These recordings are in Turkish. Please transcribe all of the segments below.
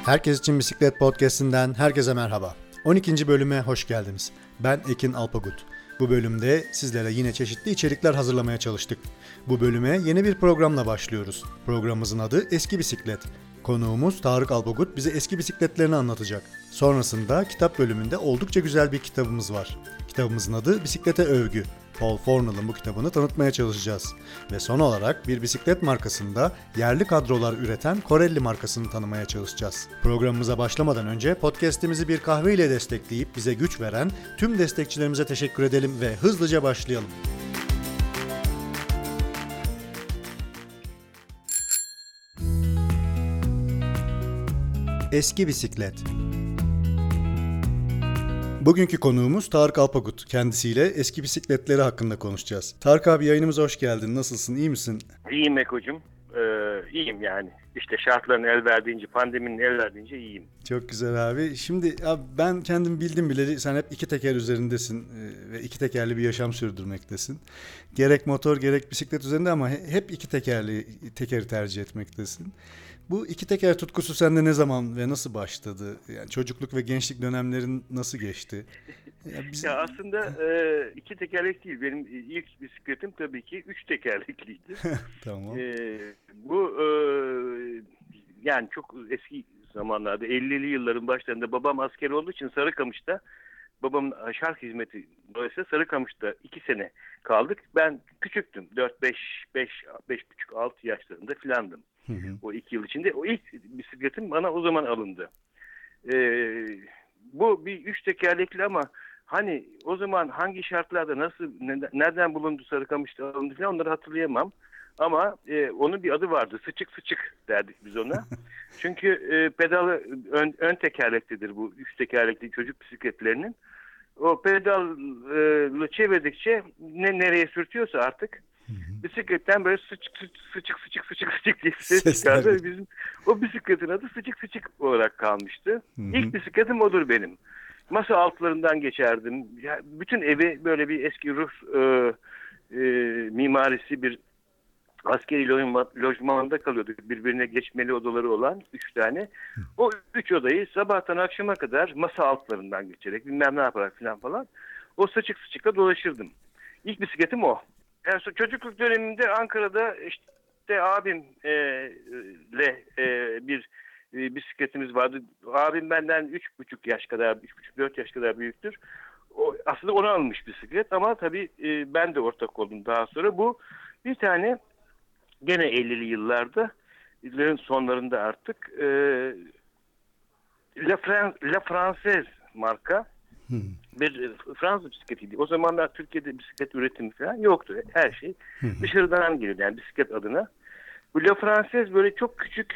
Herkes için Bisiklet Podcast'inden herkese merhaba. 12. bölüme hoş geldiniz. Ben Ekin Alpagut. Bu bölümde sizlere yine çeşitli içerikler hazırlamaya çalıştık. Bu bölüme yeni bir programla başlıyoruz. Programımızın adı Eski Bisiklet. Konuğumuz Tarık Alpagut bize eski bisikletlerini anlatacak. Sonrasında kitap bölümünde oldukça güzel bir kitabımız var. Kitabımızın adı Bisiklete Övgü. Paul Fornell'ın bu kitabını tanıtmaya çalışacağız. Ve son olarak bir bisiklet markasında yerli kadrolar üreten Corelli markasını tanımaya çalışacağız. Programımıza başlamadan önce podcast'imizi bir kahve ile destekleyip bize güç veren tüm destekçilerimize teşekkür edelim ve hızlıca başlayalım. Eski Bisiklet. Bugünkü konuğumuz Tarık Alpagut. Kendisiyle eski bisikletleri hakkında konuşacağız. Tarık abi, yayınımıza hoş geldin. Nasılsın? İyi misin? İyiyim Eko'cum. İyiyim yani. İşte şartların el verdiğince, pandeminin el verdiğince iyiyim. Çok güzel abi. Şimdi abi, ben kendim bildim bileli sen hep iki teker üzerindesin ve iki tekerli bir yaşam sürdürmektesin. Gerek motor gerek bisiklet üzerinde ama hep iki tekeri tercih etmektesin. Bu iki teker tutkusu sende ne zaman ve nasıl başladı? Yani çocukluk ve gençlik dönemlerin nasıl geçti? Ya aslında iki tekerlek değil. Benim ilk bisikletim tabii ki üç tekerlekliydi. Tamam. Bu yani çok eski zamanlarda 50'li yılların başlarında babam asker olduğu için Sarıkamış'ta babamın şark hizmeti dolayısıyla Sarıkamış'ta 2 sene kaldık. Ben küçüktüm. 5,5-6 yaşlarında filandım. O 2 yıl içinde. O ilk bisikletim bana o zaman alındı. Bu bir üç tekerlekli ama hani o zaman hangi şartlarda nasıl, nereden bulundu Sarıkamış'ta alındı falan onları hatırlayamam. Ama onun bir adı vardı. Sıçık sıçık derdik biz ona. Çünkü pedalı ön tekerleklidir bu üç tekerlekli çocuk bisikletlerinin. O pedalı çevirdikçe nereye sürtüyorsa artık bisikletten böyle sıçık diye ses çıkardı. Bizim o bisikletin adı sıçık sıçık olarak kalmıştı. İlk bisikletim odur benim. Masa altlarından geçerdim. Ya, bütün evi böyle bir eski Rus mimarisi bir askeri lojmanında kalıyorduk. Birbirine geçmeli odaları olan 3 tane. O 3 odayı sabahtan akşama kadar masa altlarından geçerek bilmem ne yaparak falan o sıçıkla dolaşırdım. İlk bisikletim o. Yani çocukluk döneminde Ankara'da işte abimle bir bisikletimiz vardı. Abim benden 3,5 yaş kadar, 3,5-4 yaş kadar büyüktür. O, aslında ona alınmış bisiklet ama tabii ben de ortak oldum daha sonra. Bu bir tane gene 50'li yılların sonlarında artık La Française marka bir Fransız bisikletiydi. O zamanlar Türkiye'de bisiklet üretimi falan yoktu. Her şey dışarıdan geliyordu yani bisiklet adına. Bu La Française böyle çok küçük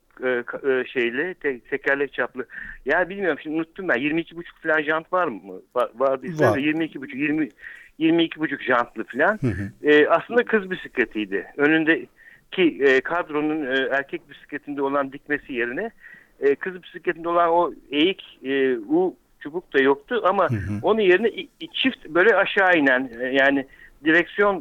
tekerlek çaplı. Ya bilmiyorum şimdi unuttum ben. 22,5 falan jant var mı? Vardıysa var. 22,5 jantlı falan. Aslında kız bisikletiydi. Önündeki kadronun erkek bisikletinde olan dikmesi yerine kız bisikletinde olan o eğik U çubuk da yoktu ama onun yerine çift böyle aşağı inen yani direksiyon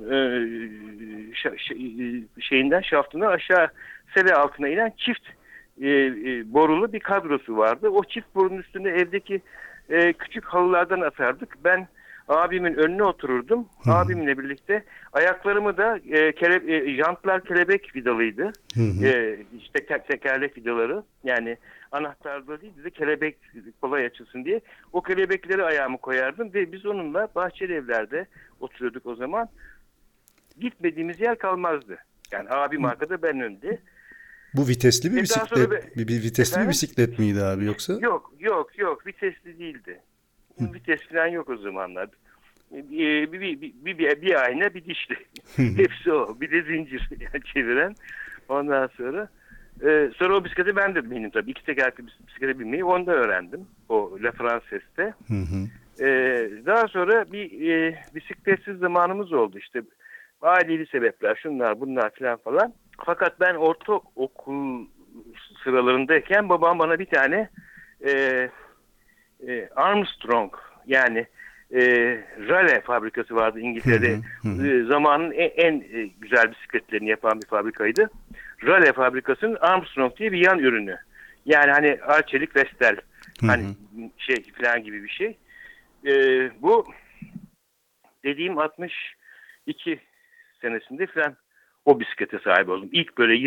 şaftından aşağı sele altına inen çift borulu bir kadrosu vardı. O çift borunun üstünde evdeki küçük halılardan atardık. Ben abimin önüne otururdum. Abimle birlikte ayaklarımı da jantlar kelebek vidalıydı. İşte tekerlek vidaları yani anahtarlı değil de kelebek kolay açılsın diye o kelebekleri ayağımı koyardım ve biz onunla bahçeli evlerde oturuyorduk o zaman. Gitmediğimiz yer kalmazdı. Yani abim arkada ben önde. Bu vitesli bir bisiklet. Bir vitesli bir bisiklet miydi abi yoksa? Yok vitesli değildi. Vites falan yok o zamanlar. Bir ayna bir dişli. Hepsi o. Bir de zincir yani çeviren. Ondan sonra o bisiklete ben de bindim tabii. 2 tekerlekli bisiklete binmeyi onda öğrendim. O La Française'te. Daha sonra bir bisikletsiz zamanımız oldu işte. Ailevi sebepler, şunlar bunlar falan. Fakat ben ortaokul sıralarındayken babam bana bir tane Armstrong yani Raleigh fabrikası vardı İngiltere'de. Zamanın en güzel bisikletlerini yapan bir fabrikaydı. Raleigh fabrikasının Armstrong diye bir yan ürünü. Yani hani Arçelik Vestel Hı hani hı. şey falan gibi bir şey. Bu dediğim 62 senesinde falan o bisiklete sahip oldum. İlk böyle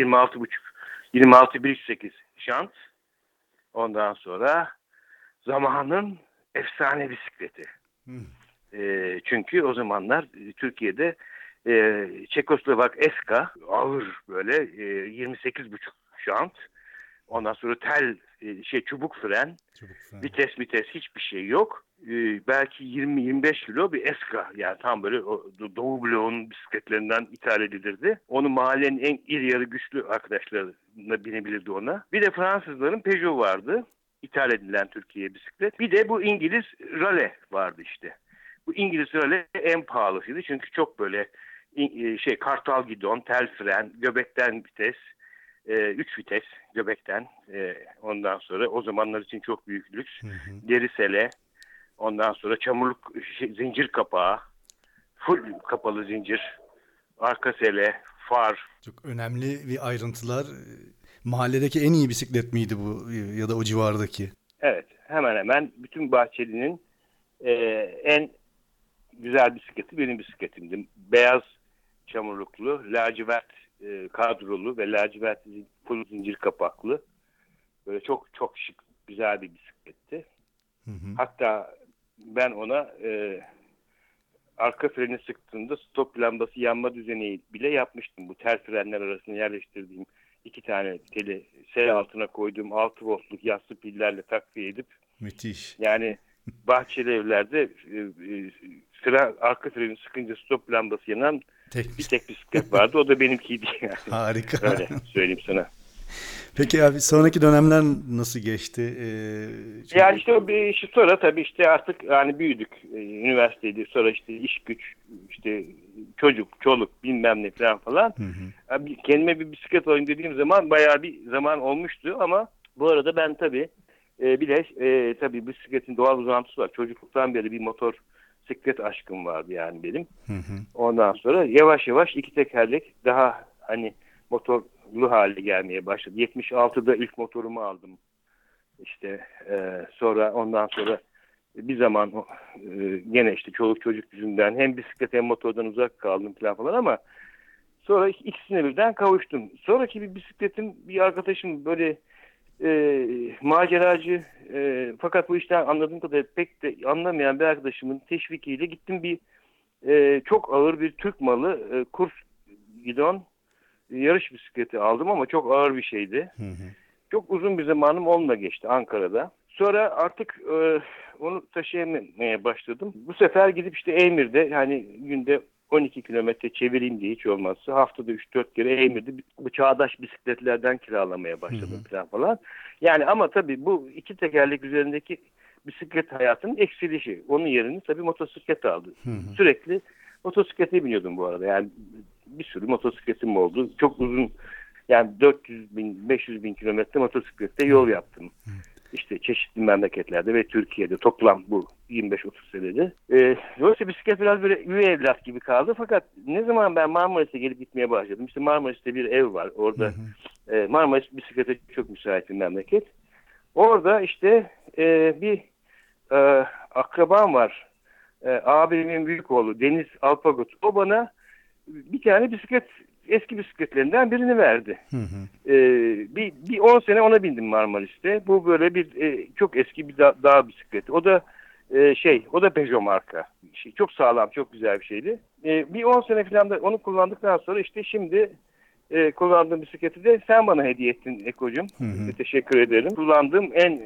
26,5 şant. Ondan sonra zamanın efsane bisikleti. Hı. Çünkü o zamanlar Türkiye'de Çekoslovak Eska ağır böyle 28,5 şant. Ondan sonra tel çubuk fren, Çabuk fren. vites hiçbir şey yok. Belki 20-25 kilo bir Eska, yani tam böyle Doğu bloğunun bisikletlerinden ithal edilirdi. Onu mahallenin en iri yarı güçlü arkadaşlarına binebilirdi ona. Bir de Fransızların Peugeot vardı. İthal edilen Türkiye'ye bisiklet. Bir de bu İngiliz Raleigh vardı işte. Bu İngiliz Raleigh en pahalısıydı çünkü çok böyle kartal gidon, tel fren, göbekten vites, 3 vites göbekten, ondan sonra o zamanlar için çok büyük lüks. Hı hı. Geri sele, ondan sonra çamurluk zincir kapağı, full kapalı zincir, arka sele, far. Çok önemli bir ayrıntılar. Mahalledeki en iyi bisiklet miydi bu ya da o civardaki? Evet, hemen hemen bütün Bahçeli'nin e, en güzel bisikleti benim bisikletimdi. Beyaz çamurluklu, lacivert kadrolu ve lacivert full zincir kapaklı. Böyle çok çok şık, güzel bir bisikletti. Hı hı. Hatta ben ona arka freni sıktığımda stop lambası yanma düzeni bile yapmıştım. Bu tel frenler arasına yerleştirdiğim 2 tane teli S altına koyduğum 6 voltluk yassı pillerle takviye edip, Müthiş. yani bahçeli evlerde arka freni sıkınca stop lambası yanan Tek bir tek bisiklet vardı. O da benimkiydi yani. harika. Öyle söyleyeyim sana. Peki abi sonraki dönemler nasıl geçti? Yani işte o bir işi sonra tabii işte artık yani büyüdük. Üniversiteydi, sonra işte iş güç, işte çocuk, çoluk bilmem ne falan. Hı hı. Abi, kendime bir bisiklet alayım dediğim zaman bayağı bir zaman olmuştu ama bu arada ben tabii bir de tabii bisikletin doğal uzantısı var. Çocukluktan beri bir motor bisiklet aşkım vardı yani benim. Hı hı. Ondan sonra yavaş yavaş iki tekerlek daha hani motorlu hale gelmeye başladı. 76'da ilk motorumu aldım. İşte sonra ondan sonra bir zaman gene işte çoluk çocuk yüzünden hem bisiklet hem motordan uzak kaldım falan ama sonra ikisine birden kavuştum. Sonraki bir bisikletim, bir arkadaşım böyle maceracı, fakat bu işten anladığım kadarıyla pek de anlamayan bir arkadaşımın teşvikiyle gittim, bir çok ağır bir Türk malı kurs gidon yarış bisikleti aldım ama çok ağır bir şeydi. Hı hı. Çok uzun bir zamanım onunla geçti Ankara'da. Sonra artık onu taşıyamaya başladım. Bu sefer gidip işte Eymir'de, yani günde 12 kilometre çevireyim diye, hiç olmazsa haftada 3-4 kere Eymir'de bu çağdaş bisikletlerden kiralamaya Hı hı. başladım falan. Yani ama tabii bu iki tekerlek üzerindeki bisiklet hayatının eksilişi. Onun yerini tabii motosiklet aldı. Hı hı. Sürekli motosiklete biniyordum bu arada. Yani bir sürü motosikletim oldu. Çok uzun, yani 400 bin, 500 bin kilometre motosiklette yol yaptım. İşte çeşitli memleketlerde ve Türkiye'de toplam bu 25-30 senede. Dolayısıyla bisiklet biraz böyle üvey evlat gibi kaldı. Fakat ne zaman ben Marmaris'e gelip gitmeye başladım. İşte Marmaris'te bir ev var. Hı Orada hı. Marmaris bisiklete çok müsait bir memleket. Orada işte bir akrabam var. Abimin büyük oğlu Deniz Alpagut. O bana bir tane bisiklet, eski bisikletlerinden birini verdi. Hı hı. Bir 10 sene ona bindim Marmaris'te. Bu böyle bir çok eski bir dağ bisikleti. O da o da Peugeot marka. Çok sağlam, çok güzel bir şeydi. Bir 10 sene falan da onu kullandıktan sonra işte şimdi kullandığım bisikleti de sen bana hediye ettin Eko'cum. Hı hı. Teşekkür ederim. Kullandığım en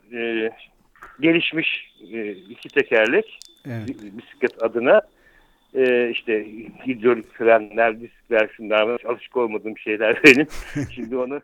gelişmiş iki tekerlek Evet. bisiklet adına. İşte hidrolik frenler, diskler, şunlar var. Alışık olmadığım şeyler benim. Şimdi onu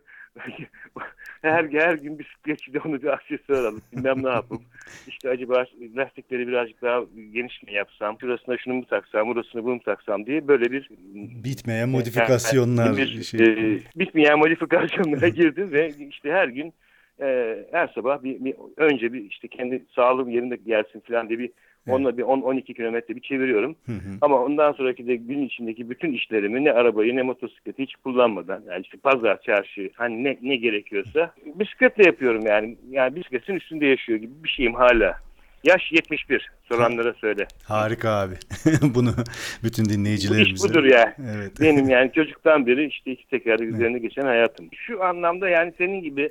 her gün bisikletçide onu bir aksesuar alıp bilmem ne yapıp işte acaba lastikleri birazcık daha geniş mi yapsam, şurasına şunu mu taksam, burasına bunu mu taksam diye böyle bir Bitmeyen modifikasyonlar şey. bitmeyen modifikasyonlara girdim ve işte her gün, her sabah önce bir işte kendi sağlığım yerinde gelsin falan diye bir Onunla bir 10-12 kilometre bir çeviriyorum. Hı hı. Ama ondan sonraki de gün içindeki bütün işlerimi ne arabayı ne motosikleti hiç kullanmadan, yani işte pazar, çarşı, hani ne gerekiyorsa bisikletle yapıyorum yani. Yani bisikletin üstünde yaşıyor gibi bir şeyim hala. Yaş 71. Soranlara söyle. Harika abi. Bunu bütün Bu iş dinleyicilerimize. budur ya. Evet. Benim yani çocuktan beri işte iki tekerlek üzerine geçen hayatım. Şu anlamda yani senin gibi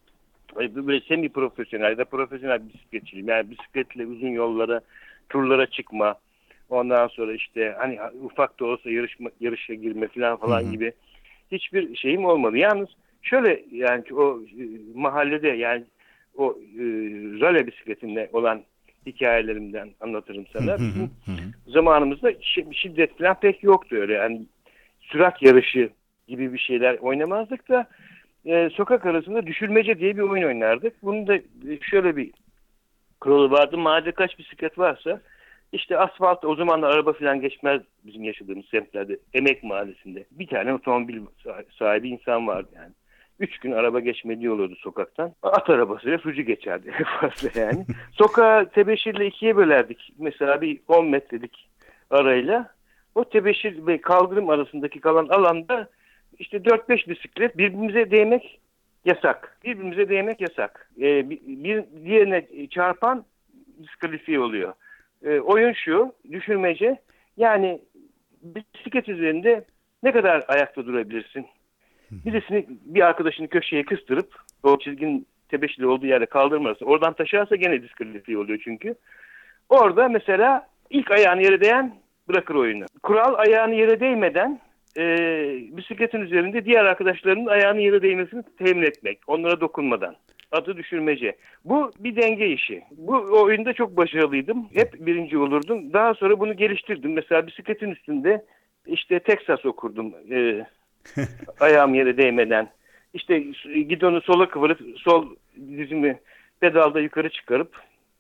böyle semi profesyonel ya da profesyonel bisikletçiyim. Yani bisikletle uzun yollara, turlara çıkma. Ondan sonra işte hani ufak da olsa yarışa girme falan gibi hiçbir şeyim olmadı. Yalnız şöyle yani o mahallede yani o rale bisikletinde olan hikayelerimden anlatırım sana. Bizim zamanımızda şiddet falan pek yoktu öyle. Yani sürat yarışı gibi bir şeyler oynamazdık da sokak arasında düşürmece diye bir oyun oynardık. Bunun da şöyle bir kuralı vardı. Mahallede kaç bisiklet varsa işte asfalt, o zamanlar araba falan geçmez bizim yaşadığımız semtlerde. Emek Mahallesi'nde. Bir tane otomobil sahibi insan vardı yani. 3 gün araba geçmediği olurdu sokaktan. At arabasıyla sucu geçerdi fazla yani. Sokağı tebeşirle ikiye bölerdik. Mesela bir 10 metrelik arayla. O tebeşir ve kaldırım arasındaki kalan alanda işte 4-5 bisiklet birbirimize değmek yasak. Birbirimize değmek yasak. Bir diğerine çarpan diskalifiye oluyor. Oyun şu, düşürmece. Yani bisiklet üzerinde ne kadar ayakta durabilirsin? Birisini, bir arkadaşını köşeye kıstırıp o çizginin tebeşirli olduğu yerde kaldırması. Oradan taşarsa gene diskalifiye oluyor çünkü. Orada mesela ilk ayağını yere değen bırakır oyunu. Kural ayağını yere değmeden bisikletin üzerinde diğer arkadaşlarının ayağını yere değmesini temin etmek. Onlara dokunmadan. Adı düşürmece. Bu bir denge işi. Bu oyunda çok başarılıydım. Hep birinci olurdum. Daha sonra bunu geliştirdim. Mesela bisikletin üstünde işte Texas okurdum. Ayağım yere değmeden. İşte gidonu sola kıvırıp sol dizimi pedalda yukarı çıkarıp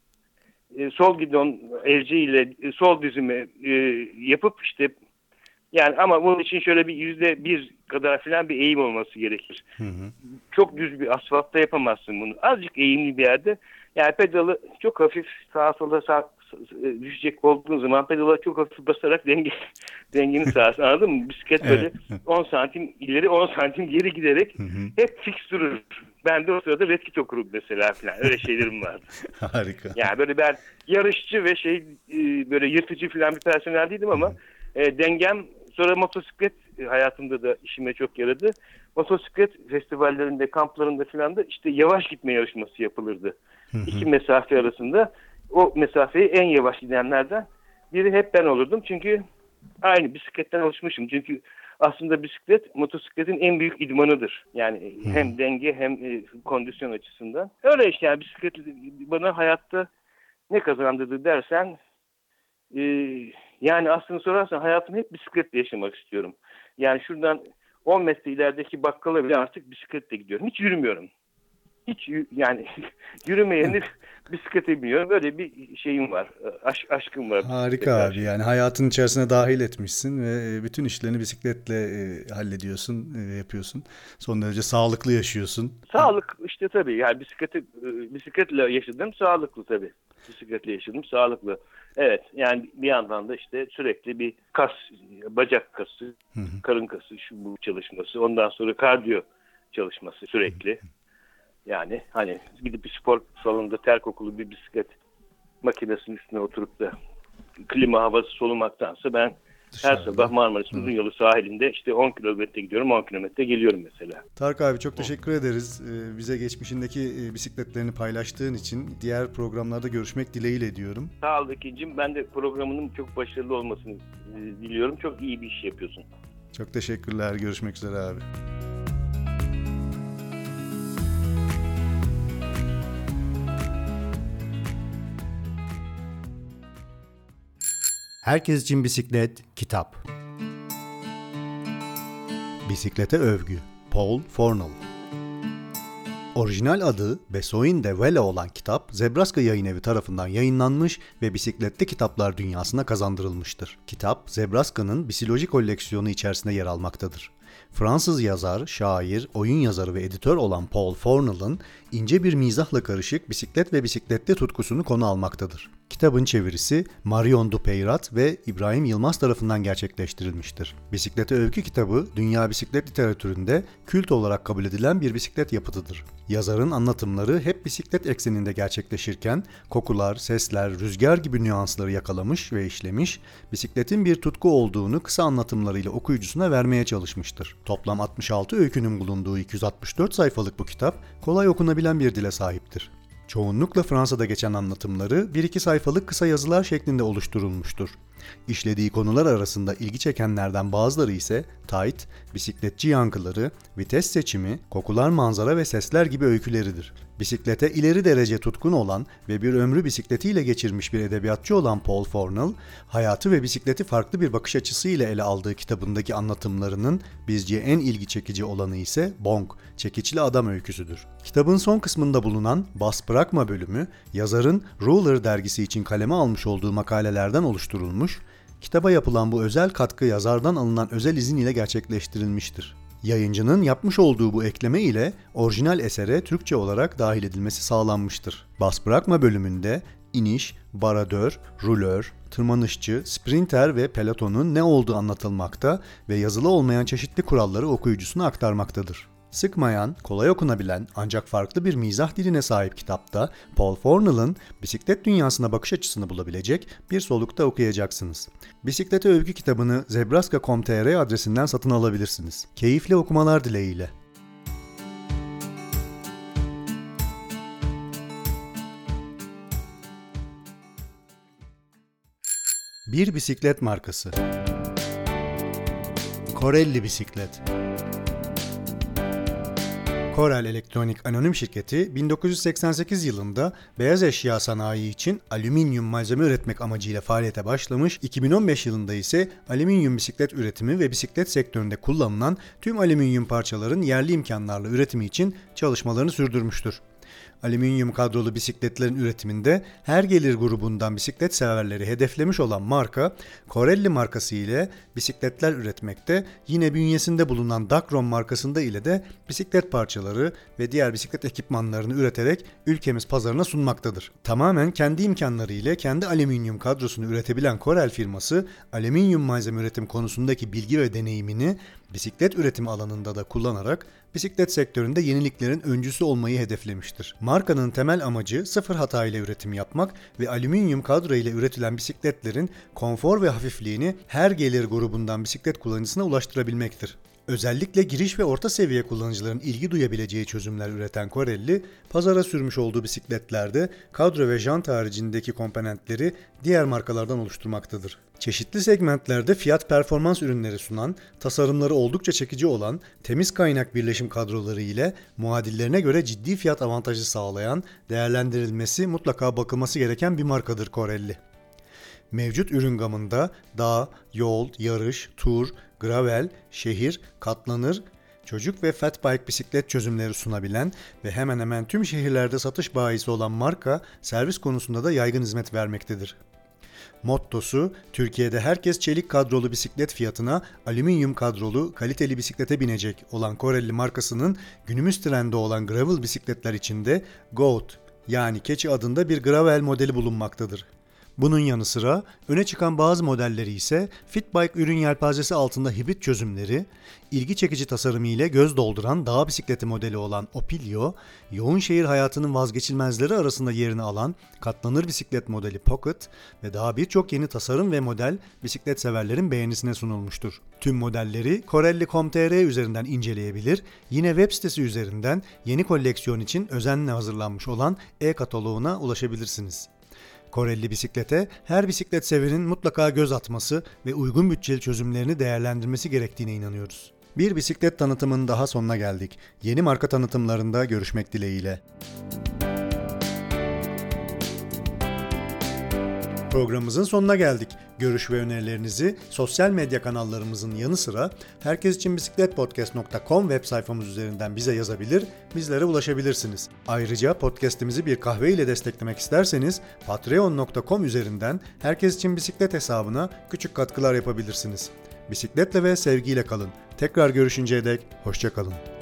sol gidon elciyle sol dizimi yapıp işte yani ama bunun için şöyle bir %1 kadar falan bir eğim olması gerekir. Çok düz bir asfaltta yapamazsın bunu. Azıcık eğimli bir yerde yani pedalı çok hafif sağa sola düşecek olduğun zaman pedala çok hafif basarak dengeni sağlasın, anladın mı? Bisiklet böyle 10 santim ileri 10 santim geri giderek hep fix durur. Ben de o sırada Red Kit okurum mesela falan. Öyle şeylerim vardı. Harika. Yani böyle ben yarışçı ve böyle yırtıcı falan bir personel değildim ama dengem sonra motosiklet hayatımda da işime çok yaradı. Motosiklet festivallerinde, kamplarında falan da işte yavaş gitme yarışması yapılırdı. İki mesafe arasında. O mesafeyi en yavaş gidenlerden biri hep ben olurdum. Çünkü aynı bisikletten alışmışım. Çünkü aslında bisiklet motosikletin en büyük idmanıdır. Yani hem denge hem kondisyon açısından. Öyle işte yani bisiklet bana hayatta ne kazandırdı dersen yani aslında sorarsan hayatımı hep bisikletle yaşamak istiyorum. Yani şuradan 10 metre ilerideki bakkala bile artık bisikletle gidiyorum. Hiç yürümüyorum. Hiç yani yürümeyeni bisiklete biniyorum. Böyle bir şeyim var. Aşkım var. Harika abi. Yani hayatın içerisine dahil etmişsin ve bütün işlerini bisikletle hallediyorsun, yapıyorsun. Son derece sağlıklı yaşıyorsun. Sağlık işte tabii. Yani bisikletle yaşadım. Sağlıklı tabii. Bisikletle yaşadım. Sağlıklı. Evet. Yani bir yandan da işte sürekli bir kas, bacak kası, karın kası, şu bu çalışması. Ondan sonra kardiyo çalışması sürekli. Yani hani gidip bir spor salonunda ter kokulu bir bisiklet makinesinin üstüne oturup da klima havası solumaktansa ben her sabah Marmaris uzun yolu sahilinde işte 10 kilometre gidiyorum, 10 kilometre geliyorum mesela. Tarık abi çok teşekkür ederiz. Bize geçmişindeki bisikletlerini paylaştığın için diğer programlarda görüşmek dileğiyle diyorum. Sağ ol Ekin'cim. Ben de programının çok başarılı olmasını diliyorum. Çok iyi bir iş yapıyorsun. Çok teşekkürler. Görüşmek üzere abi. Herkes için bisiklet, kitap. Bisiklete övgü, Paul Fornal. Orijinal adı Besoin de Vele olan kitap, Zebraska Yayınevi tarafından yayınlanmış ve bisikletli kitaplar dünyasına kazandırılmıştır. Kitap, Zebraska'nın Bisiloji koleksiyonu içerisinde yer almaktadır. Fransız yazar, şair, oyun yazarı ve editör olan Paul Fornal'ın ince bir mizahla karışık bisiklet ve bisikletli tutkusunu konu almaktadır. Kitabın çevirisi Marion Dupeyrat ve İbrahim Yılmaz tarafından gerçekleştirilmiştir. Bisiklete Övgü kitabı, dünya bisiklet literatüründe kült olarak kabul edilen bir bisiklet yapıtıdır. Yazarın anlatımları hep bisiklet ekseninde gerçekleşirken, kokular, sesler, rüzgar gibi nüansları yakalamış ve işlemiş, bisikletin bir tutku olduğunu kısa anlatımlarıyla okuyucusuna vermeye çalışmıştır. Toplam 66 öykünün bulunduğu 264 sayfalık bu kitap, kolay okunabilen bir dile sahiptir. Çoğunlukla Fransa'da geçen anlatımları 1-2 sayfalık kısa yazılar şeklinde oluşturulmuştur. İşlediği konular arasında ilgi çekenlerden bazıları ise tight, bisikletçi yankıları, vites seçimi, kokular, manzara ve sesler gibi öyküleridir. Bisiklete ileri derece tutkun olan ve bir ömrü bisikletiyle geçirmiş bir edebiyatçı olan Paul Fornell, hayatı ve bisikleti farklı bir bakış açısıyla ele aldığı kitabındaki anlatımlarının bizce en ilgi çekici olanı ise Bong, çekiçli adam öyküsüdür. Kitabın son kısmında bulunan Bas Bırakma bölümü, yazarın Roller dergisi için kaleme almış olduğu makalelerden oluşturulmuş, kitaba yapılan bu özel katkı yazardan alınan özel izin ile gerçekleştirilmiştir. Yayıncının yapmış olduğu bu ekleme ile orijinal esere Türkçe olarak dahil edilmesi sağlanmıştır. Bas Bırakma bölümünde iniş, baradör, rulör, tırmanışçı, sprinter ve pelotonun ne olduğu anlatılmakta ve yazılı olmayan çeşitli kuralları okuyucusuna aktarmaktadır. Sıkmayan, kolay okunabilen ancak farklı bir mizah diline sahip kitapta Paul Fornell'ın bisiklet dünyasına bakış açısını bulabilecek bir solukta okuyacaksınız. Bisiklete Övgü kitabını zebraska.com.tr adresinden satın alabilirsiniz. Keyifli okumalar dileğiyle. Bir bisiklet markası. Corelli bisiklet. Corel Elektronik Anonim Şirketi 1988 yılında beyaz eşya sanayi için alüminyum malzeme üretmek amacıyla faaliyete başlamış, 2015 yılında ise alüminyum bisiklet üretimi ve bisiklet sektöründe kullanılan tüm alüminyum parçaların yerli imkanlarla üretimi için çalışmalarını sürdürmüştür. Alüminyum kadrolu bisikletlerin üretiminde her gelir grubundan bisiklet severleri hedeflemiş olan marka, Corelli markası ile bisikletler üretmekte, yine bünyesinde bulunan Dacron markasında ile de bisiklet parçaları ve diğer bisiklet ekipmanlarını üreterek ülkemiz pazarına sunmaktadır. Tamamen kendi imkanları ile kendi alüminyum kadrosunu üretebilen Corel firması, alüminyum malzeme üretim konusundaki bilgi ve deneyimini bisiklet üretimi alanında da kullanarak bisiklet sektöründe yeniliklerin öncüsü olmayı hedeflemiştir. Markanın temel amacı sıfır hata ile üretim yapmak ve alüminyum kadro ile üretilen bisikletlerin konfor ve hafifliğini her gelir grubundan bisiklet kullanıcısına ulaştırabilmektir. Özellikle giriş ve orta seviye kullanıcıların ilgi duyabileceği çözümler üreten Corelli, pazara sürmüş olduğu bisikletlerde kadro ve jant haricindeki komponentleri diğer markalardan oluşturmaktadır. Çeşitli segmentlerde fiyat performans ürünleri sunan, tasarımları oldukça çekici olan temiz kaynak birleşim kadroları ile muadillerine göre ciddi fiyat avantajı sağlayan, değerlendirilmesi mutlaka bakılması gereken bir markadır Corelli. Mevcut ürün gamında dağ, yol, yarış, tur, gravel, şehir, katlanır, çocuk ve fatbike bisiklet çözümleri sunabilen ve hemen hemen tüm şehirlerde satış bayisi olan marka, servis konusunda da yaygın hizmet vermektedir. Mottosu, Türkiye'de herkes çelik kadrolu bisiklet fiyatına alüminyum kadrolu kaliteli bisiklete binecek olan Corelli markasının günümüz trendi olan gravel bisikletler içinde Goat yani keçi adında bir gravel modeli bulunmaktadır. Bunun yanı sıra öne çıkan bazı modelleri ise Fitbike ürün yelpazesi altında hibrit çözümleri, ilgi çekici tasarımı ile göz dolduran dağ bisikleti modeli olan Opilio, yoğun şehir hayatının vazgeçilmezleri arasında yerini alan katlanır bisiklet modeli Pocket ve daha birçok yeni tasarım ve model bisiklet severlerin beğenisine sunulmuştur. Tüm modelleri Corelli.com.tr üzerinden inceleyebilir, yine web sitesi üzerinden yeni koleksiyon için özenle hazırlanmış olan e-kataloğuna ulaşabilirsiniz. Corelli bisiklete her bisiklet severin mutlaka göz atması ve uygun bütçeli çözümlerini değerlendirmesi gerektiğine inanıyoruz. Bir bisiklet tanıtımının daha sonuna geldik. Yeni marka tanıtımlarında görüşmek dileğiyle. Programımızın sonuna geldik. Görüş ve önerilerinizi sosyal medya kanallarımızın yanı sıra herkesiçinbisikletpodcast.com web sayfamız üzerinden bize yazabilir, bizlere ulaşabilirsiniz. Ayrıca podcast'imizi bir kahve ile desteklemek isterseniz patreon.com üzerinden Herkes İçin Bisiklet hesabına küçük katkılar yapabilirsiniz. Bisikletle ve sevgiyle kalın. Tekrar görüşünceye dek hoşça kalın.